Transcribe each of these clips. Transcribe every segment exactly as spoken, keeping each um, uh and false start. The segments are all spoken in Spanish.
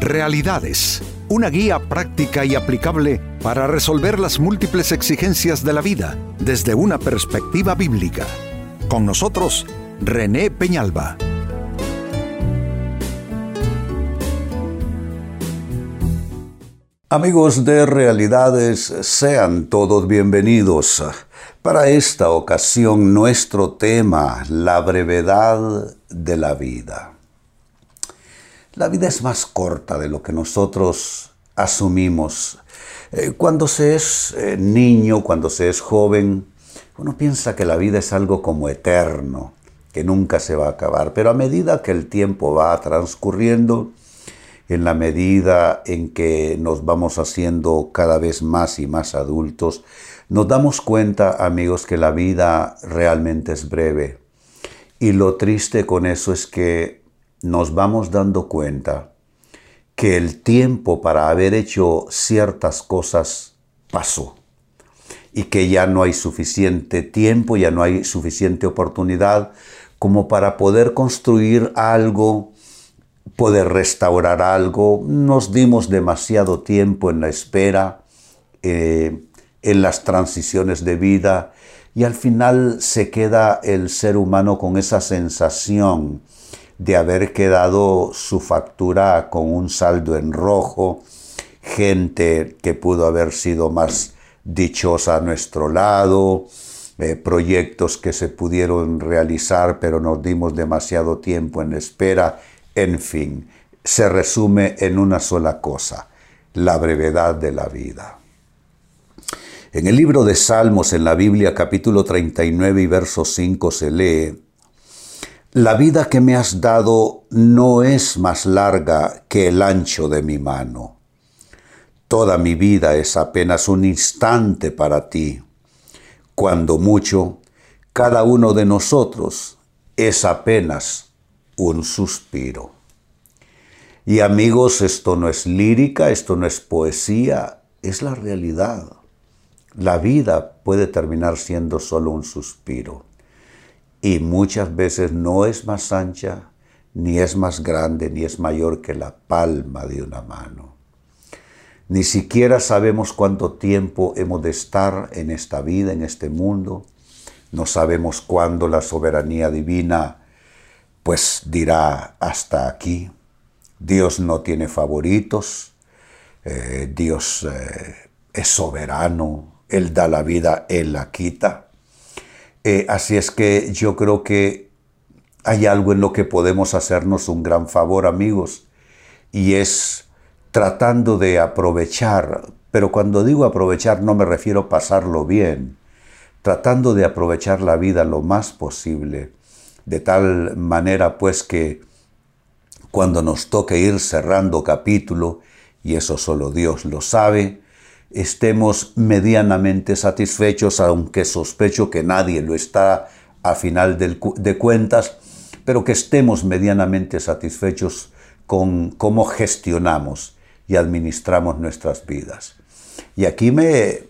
Realidades, una guía práctica y aplicable para resolver las múltiples exigencias de la vida desde una perspectiva bíblica. Con nosotros, René Peñalba. Amigos de Realidades, sean todos bienvenidos. Para esta ocasión, nuestro tema, la brevedad de la vida. La vida es más corta de lo que nosotros asumimos. Eh, cuando se es eh, niño, cuando se es joven, uno piensa que la vida es algo como eterno, que nunca se va a acabar. Pero a medida que el tiempo va transcurriendo, en la medida en que nos vamos haciendo cada vez más y más adultos, nos damos cuenta, amigos, que la vida realmente es breve. Y lo triste con eso es que nos vamos dando cuenta que el tiempo para haber hecho ciertas cosas pasó. Y que ya no hay suficiente tiempo, ya no hay suficiente oportunidad como para poder construir algo, poder restaurar algo. Nos dimos demasiado tiempo en la espera, eh, en las transiciones de vida, y al final se queda el ser humano con esa sensación de haber quedado su factura con un saldo en rojo, gente que pudo haber sido más dichosa a nuestro lado, eh, proyectos que se pudieron realizar pero nos dimos demasiado tiempo en espera. En fin, se resume en una sola cosa: la brevedad de la vida. En el libro de Salmos, en la Biblia, capítulo treinta y nueve y verso cinco, se lee: La vida que me has dado no es más larga que el ancho de mi mano. Toda mi vida es apenas un instante para ti. Cuando mucho, cada uno de nosotros es apenas un suspiro. Y amigos, esto no es lírica, esto no es poesía, es la realidad. La vida puede terminar siendo solo un suspiro. Y muchas veces no es más ancha, ni es más grande, ni es mayor que la palma de una mano. Ni siquiera sabemos cuánto tiempo hemos de estar en esta vida, en este mundo. No sabemos cuándo la soberanía divina pues dirá hasta aquí. Dios no tiene favoritos, eh, Dios eh, es soberano, Él da la vida, Él la quita. Eh, así es que yo creo que hay algo en lo que podemos hacernos un gran favor, amigos, y es tratando de aprovechar, pero cuando digo aprovechar no me refiero a pasarlo bien, tratando de aprovechar la vida lo más posible, de tal manera pues que cuando nos toque ir cerrando capítulo, y eso solo Dios lo sabe, estemos medianamente satisfechos, aunque sospecho que nadie lo está a final de cuentas, pero que estemos medianamente satisfechos con cómo gestionamos y administramos nuestras vidas. Y aquí me,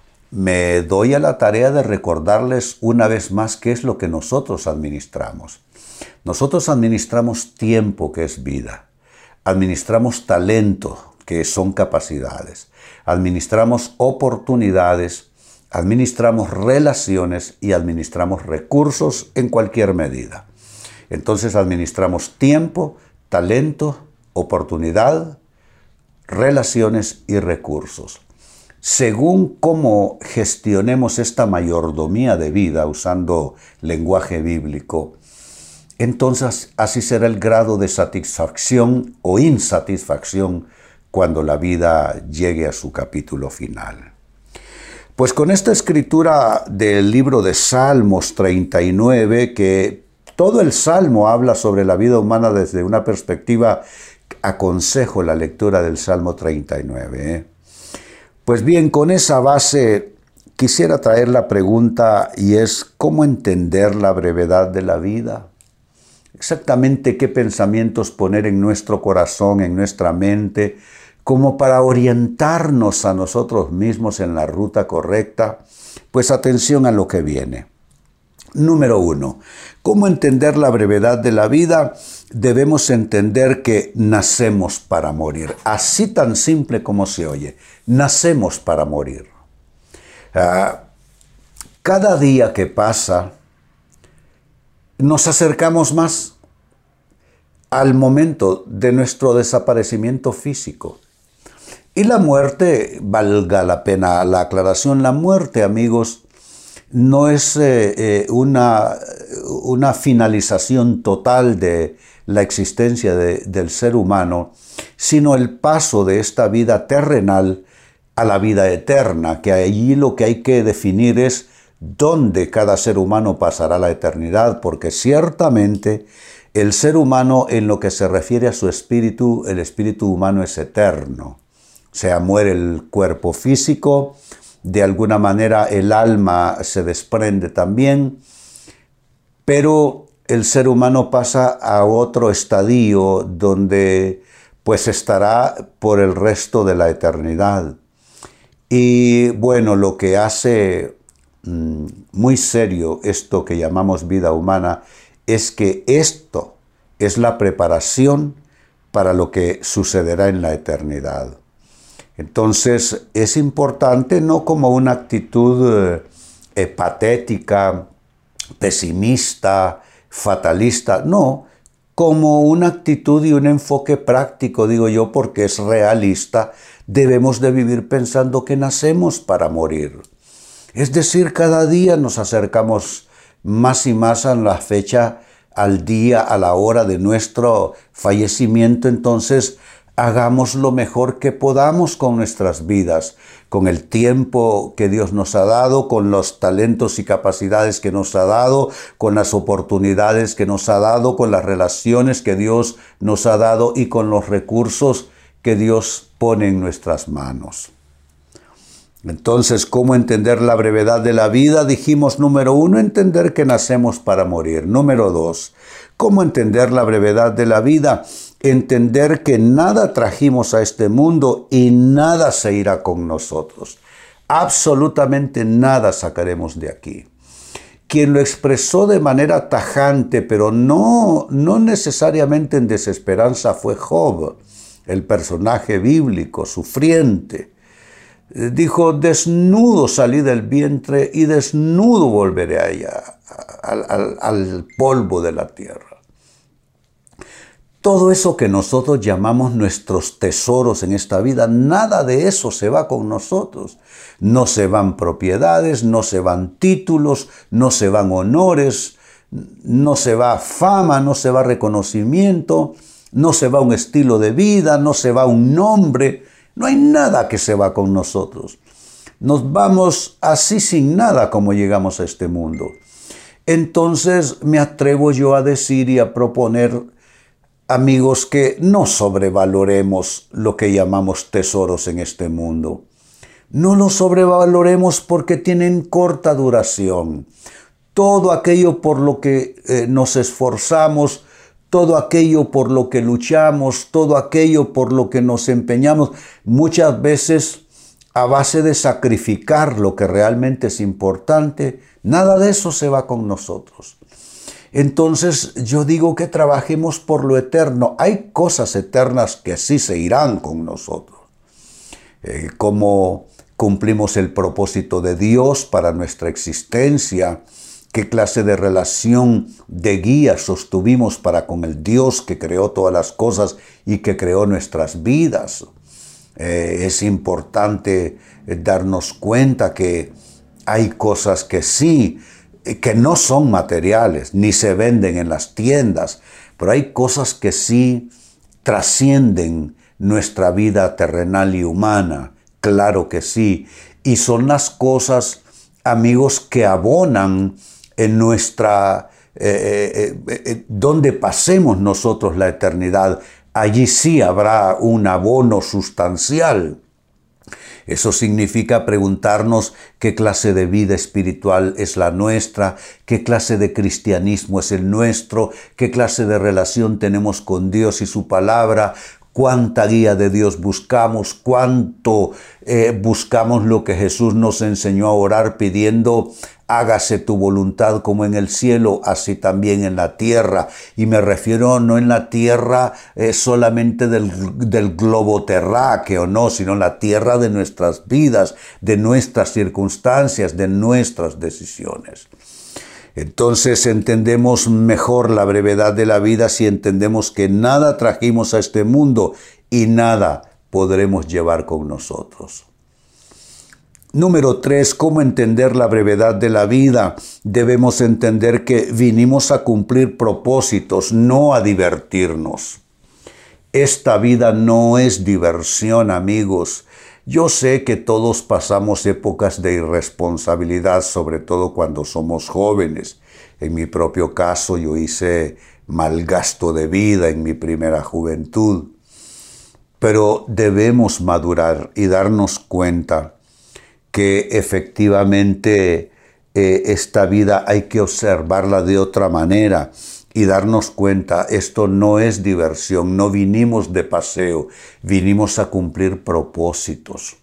me doy a la tarea de recordarles una vez más qué es lo que nosotros administramos. Nosotros administramos tiempo, que es vida. Administramos talento, que son capacidades. Administramos oportunidades, administramos relaciones y administramos recursos en cualquier medida. Entonces administramos tiempo, talento, oportunidad, relaciones y recursos. Según cómo gestionemos esta mayordomía de vida usando lenguaje bíblico, entonces así será el grado de satisfacción o insatisfacción cuando la vida llegue a su capítulo final. Pues con esta escritura del libro de Salmos treinta y nueve, que todo el Salmo habla sobre la vida humana desde una perspectiva, aconsejo la lectura del Salmo treinta y nueve. ¿eh? Pues bien, con esa base quisiera traer la pregunta, y es: ¿cómo entender la brevedad de la vida? Exactamente qué pensamientos poner en nuestro corazón, en nuestra mente, como para orientarnos a nosotros mismos en la ruta correcta. Pues atención a lo que viene. Número uno, ¿cómo entender la brevedad de la vida? debemos entender que nacemos para morir. Así tan simple como se oye, nacemos para morir. Uh, cada día que pasa, nos acercamos más al momento de nuestro desaparecimiento físico. Y la muerte, valga la pena la aclaración, la muerte, amigos, no es eh, eh, una, una finalización total de la existencia de, del ser humano, sino el paso de esta vida terrenal a la vida eterna, que allí lo que hay que definir es dónde cada ser humano pasará la eternidad, porque ciertamente el ser humano, en lo que se refiere a su espíritu, el espíritu humano es eterno. O sea, muere el cuerpo físico, de alguna manera el alma se desprende también, pero el ser humano pasa a otro estadio donde pues estará por el resto de la eternidad. Y bueno, lo que hace mmm, muy serio esto que llamamos vida humana es que esto es la preparación para lo que sucederá en la eternidad. Entonces es importante, no como una actitud eh, patética, pesimista, fatalista, no, como una actitud y un enfoque práctico, digo yo, porque es realista. Debemos de vivir pensando que nacemos para morir. Es decir, cada día nos acercamos más y más a la fecha, al día, a la hora de nuestro fallecimiento. Entonces, hagamos lo mejor que podamos con nuestras vidas, con el tiempo que Dios nos ha dado, con los talentos y capacidades que nos ha dado, con las oportunidades que nos ha dado, con las relaciones que Dios nos ha dado y con los recursos que Dios pone en nuestras manos. Entonces, ¿cómo entender la brevedad de la vida? Dijimos, número uno, entender que nacemos para morir. Número dos, ¿cómo entender la brevedad de la vida? Entender que nada trajimos a este mundo y nada se irá con nosotros. Absolutamente nada sacaremos de aquí. Quien lo expresó de manera tajante, pero no, no necesariamente en desesperanza, fue Job, el personaje bíblico, sufriente. Dijo, desnudo salí del vientre y desnudo volveré allá, al, al, al polvo de la tierra. Todo eso que nosotros llamamos nuestros tesoros en esta vida, nada de eso se va con nosotros. No se van propiedades, no se van títulos, no se van honores, no se va fama, no se va reconocimiento, no se va un estilo de vida, no se va un nombre. No hay nada que se va con nosotros. Nos vamos así sin nada como llegamos a este mundo. Entonces me atrevo yo a decir y a proponer, amigos, que no sobrevaloremos lo que llamamos tesoros en este mundo. No lo sobrevaloremos porque tienen corta duración. Todo aquello por lo que eh, nos esforzamos, todo aquello por lo que luchamos, todo aquello por lo que nos empeñamos, muchas veces a base de sacrificar lo que realmente es importante, nada de eso se va con nosotros. Entonces yo digo que trabajemos por lo eterno. Hay cosas eternas que sí se irán con nosotros. Eh, como cumplimos el propósito de Dios para nuestra existencia, qué clase de relación de guía sostuvimos para con el Dios que creó todas las cosas y que creó nuestras vidas. Eh, es importante darnos cuenta que hay cosas que sí, que no son materiales, ni se venden en las tiendas, pero hay cosas que sí trascienden nuestra vida terrenal y humana, claro que sí, y son las cosas, amigos, que abonan en nuestra, eh, eh, eh, donde pasemos nosotros la eternidad. Allí sí habrá un abono sustancial. Eso significa preguntarnos qué clase de vida espiritual es la nuestra, qué clase de cristianismo es el nuestro, qué clase de relación tenemos con Dios y su palabra, cuánta guía de Dios buscamos, cuánto eh, buscamos lo que Jesús nos enseñó a orar pidiendo: hágase tu voluntad como en el cielo, así también en la tierra. Y me refiero no en la tierra eh, solamente del, del globo terráqueo, no, sino en la tierra de nuestras vidas, de nuestras circunstancias, de nuestras decisiones. Entonces entendemos mejor la brevedad de la vida si entendemos que nada trajimos a este mundo y nada podremos llevar con nosotros. Número tres, ¿cómo entender la brevedad de la vida? Debemos entender que vinimos a cumplir propósitos, no a divertirnos. Esta vida no es diversión, amigos. Yo sé que todos pasamos épocas de irresponsabilidad, sobre todo cuando somos jóvenes. En mi propio caso, yo hice mal gasto de vida en mi primera juventud. Pero debemos madurar y darnos cuenta que efectivamente eh, esta vida hay que observarla de otra manera y darnos cuenta, esto no es diversión, no vinimos de paseo, vinimos a cumplir propósitos.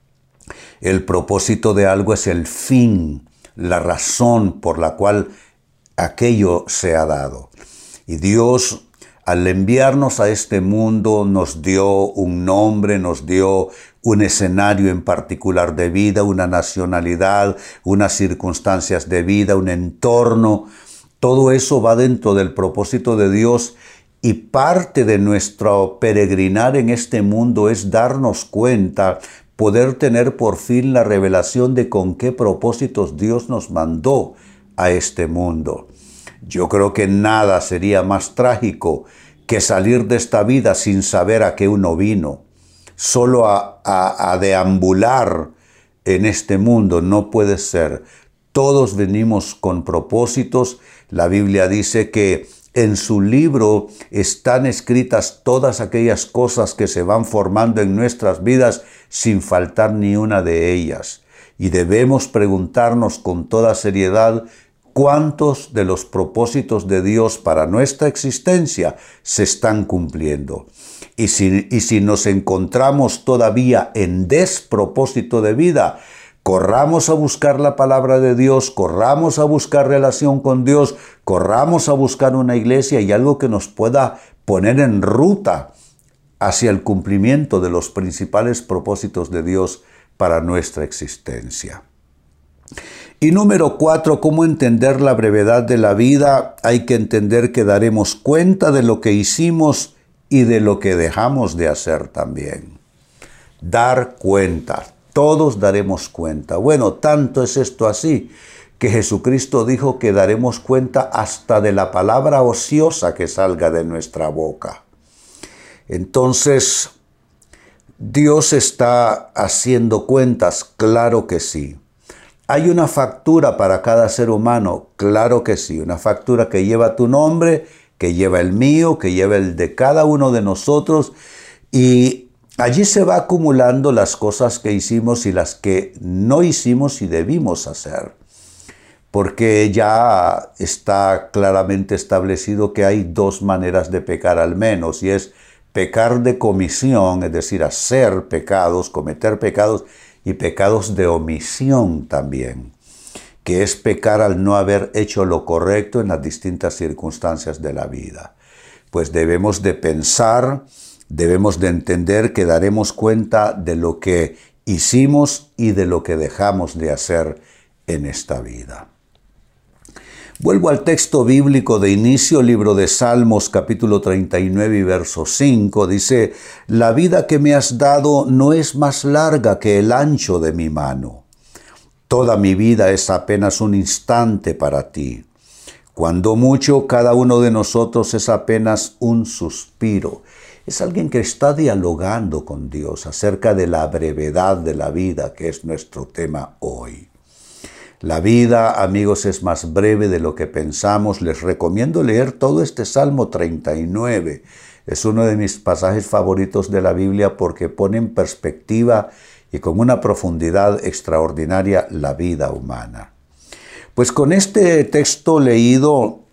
El propósito de algo es el fin, la razón por la cual aquello se ha dado. Y Dios, al enviarnos a este mundo, nos dio un nombre, nos dio un escenario en particular de vida, una nacionalidad, unas circunstancias de vida, un entorno. Todo eso va dentro del propósito de Dios y parte de nuestro peregrinar en este mundo es darnos cuenta, poder tener por fin la revelación de con qué propósitos Dios nos mandó a este mundo. Yo creo que nada sería más trágico que salir de esta vida sin saber a qué uno vino. Solo a, a, a deambular en este mundo no puede ser. Todos venimos con propósitos. La Biblia dice que en su libro están escritas todas aquellas cosas que se van formando en nuestras vidas sin faltar ni una de ellas. Y debemos preguntarnos con toda seriedad cuántos de los propósitos de Dios para nuestra existencia se están cumpliendo. Y si, y si nos encontramos todavía en despropósito de vida, corramos a buscar la palabra de Dios, corramos a buscar relación con Dios, corramos a buscar una iglesia y algo que nos pueda poner en ruta hacia el cumplimiento de los principales propósitos de Dios para nuestra existencia. Y número cuatro, ¿cómo entender la brevedad de la vida? Hay que entender que daremos cuenta de lo que hicimos y de lo que dejamos de hacer también. Dar cuenta. Todos daremos cuenta. Bueno, tanto es esto así que Jesucristo dijo que daremos cuenta hasta de la palabra ociosa que salga de nuestra boca. Entonces, ¿Dios está haciendo cuentas? Claro que sí. ¿Hay una factura para cada ser humano? Claro que sí. Una factura que lleva tu nombre, que lleva el mío, que lleva el de cada uno de nosotros. Y allí se va acumulando las cosas que hicimos y las que no hicimos y debimos hacer. Porque ya está claramente establecido que hay dos maneras de pecar al menos. Y es pecar de comisión, es decir, hacer pecados, cometer pecados, y pecados de omisión también, que es pecar al no haber hecho lo correcto en las distintas circunstancias de la vida. Pues debemos de pensar, debemos de entender que daremos cuenta de lo que hicimos y de lo que dejamos de hacer en esta vida. Vuelvo al texto bíblico de inicio, libro de Salmos, capítulo treinta y nueve y verso cinco, dice: «La vida que me has dado no es más larga que el ancho de mi mano. Toda mi vida es apenas un instante para ti. Cuando mucho, cada uno de nosotros es apenas un suspiro». Es alguien que está dialogando con Dios acerca de la brevedad de la vida, que es nuestro tema hoy. La vida, amigos, es más breve de lo que pensamos. Les recomiendo leer todo este Salmo treinta y nueve. Es uno de mis pasajes favoritos de la Biblia porque pone en perspectiva y con una profundidad extraordinaria la vida humana. Pues con este texto leído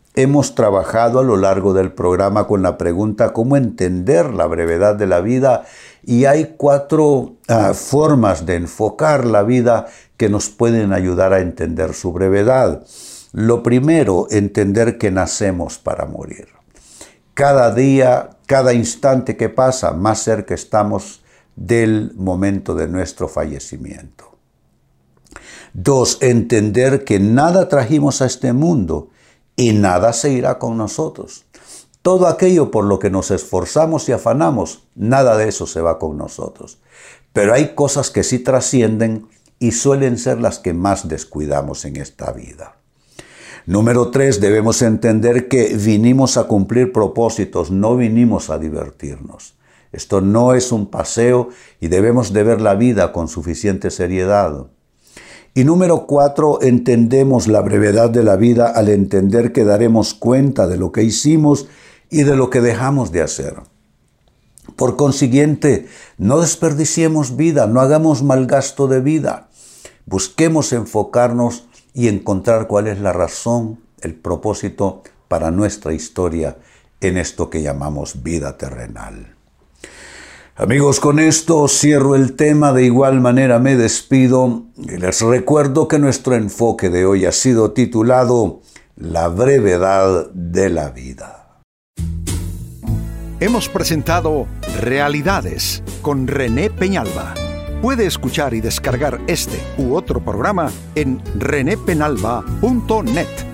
hemos trabajado a lo largo del programa con la pregunta ¿cómo entender la brevedad de la vida? Y hay cuatro uh, formas de enfocar la vida que nos pueden ayudar a entender su brevedad. Lo primero, entender que nacemos para morir. Cada día, cada instante que pasa, más cerca estamos del momento de nuestro fallecimiento. Dos, entender que nada trajimos a este mundo y nada se irá con nosotros. Todo aquello por lo que nos esforzamos y afanamos, nada de eso se va con nosotros. Pero hay cosas que sí trascienden y suelen ser las que más descuidamos en esta vida. Número tres, debemos entender que vinimos a cumplir propósitos, no vinimos a divertirnos. Esto no es un paseo y debemos de ver la vida con suficiente seriedad. Y número cuatro, entendemos la brevedad de la vida al entender que daremos cuenta de lo que hicimos y de lo que dejamos de hacer. Por consiguiente, no desperdiciemos vida, no hagamos mal gasto de vida. Busquemos enfocarnos y encontrar cuál es la razón, el propósito para nuestra historia en esto que llamamos vida terrenal. Amigos, con esto cierro el tema, de igual manera me despido y les recuerdo que nuestro enfoque de hoy ha sido titulado La brevedad de la vida. Hemos presentado Realidades con René Peñalba. Puede escuchar y descargar este u otro programa en rené penalba punto net.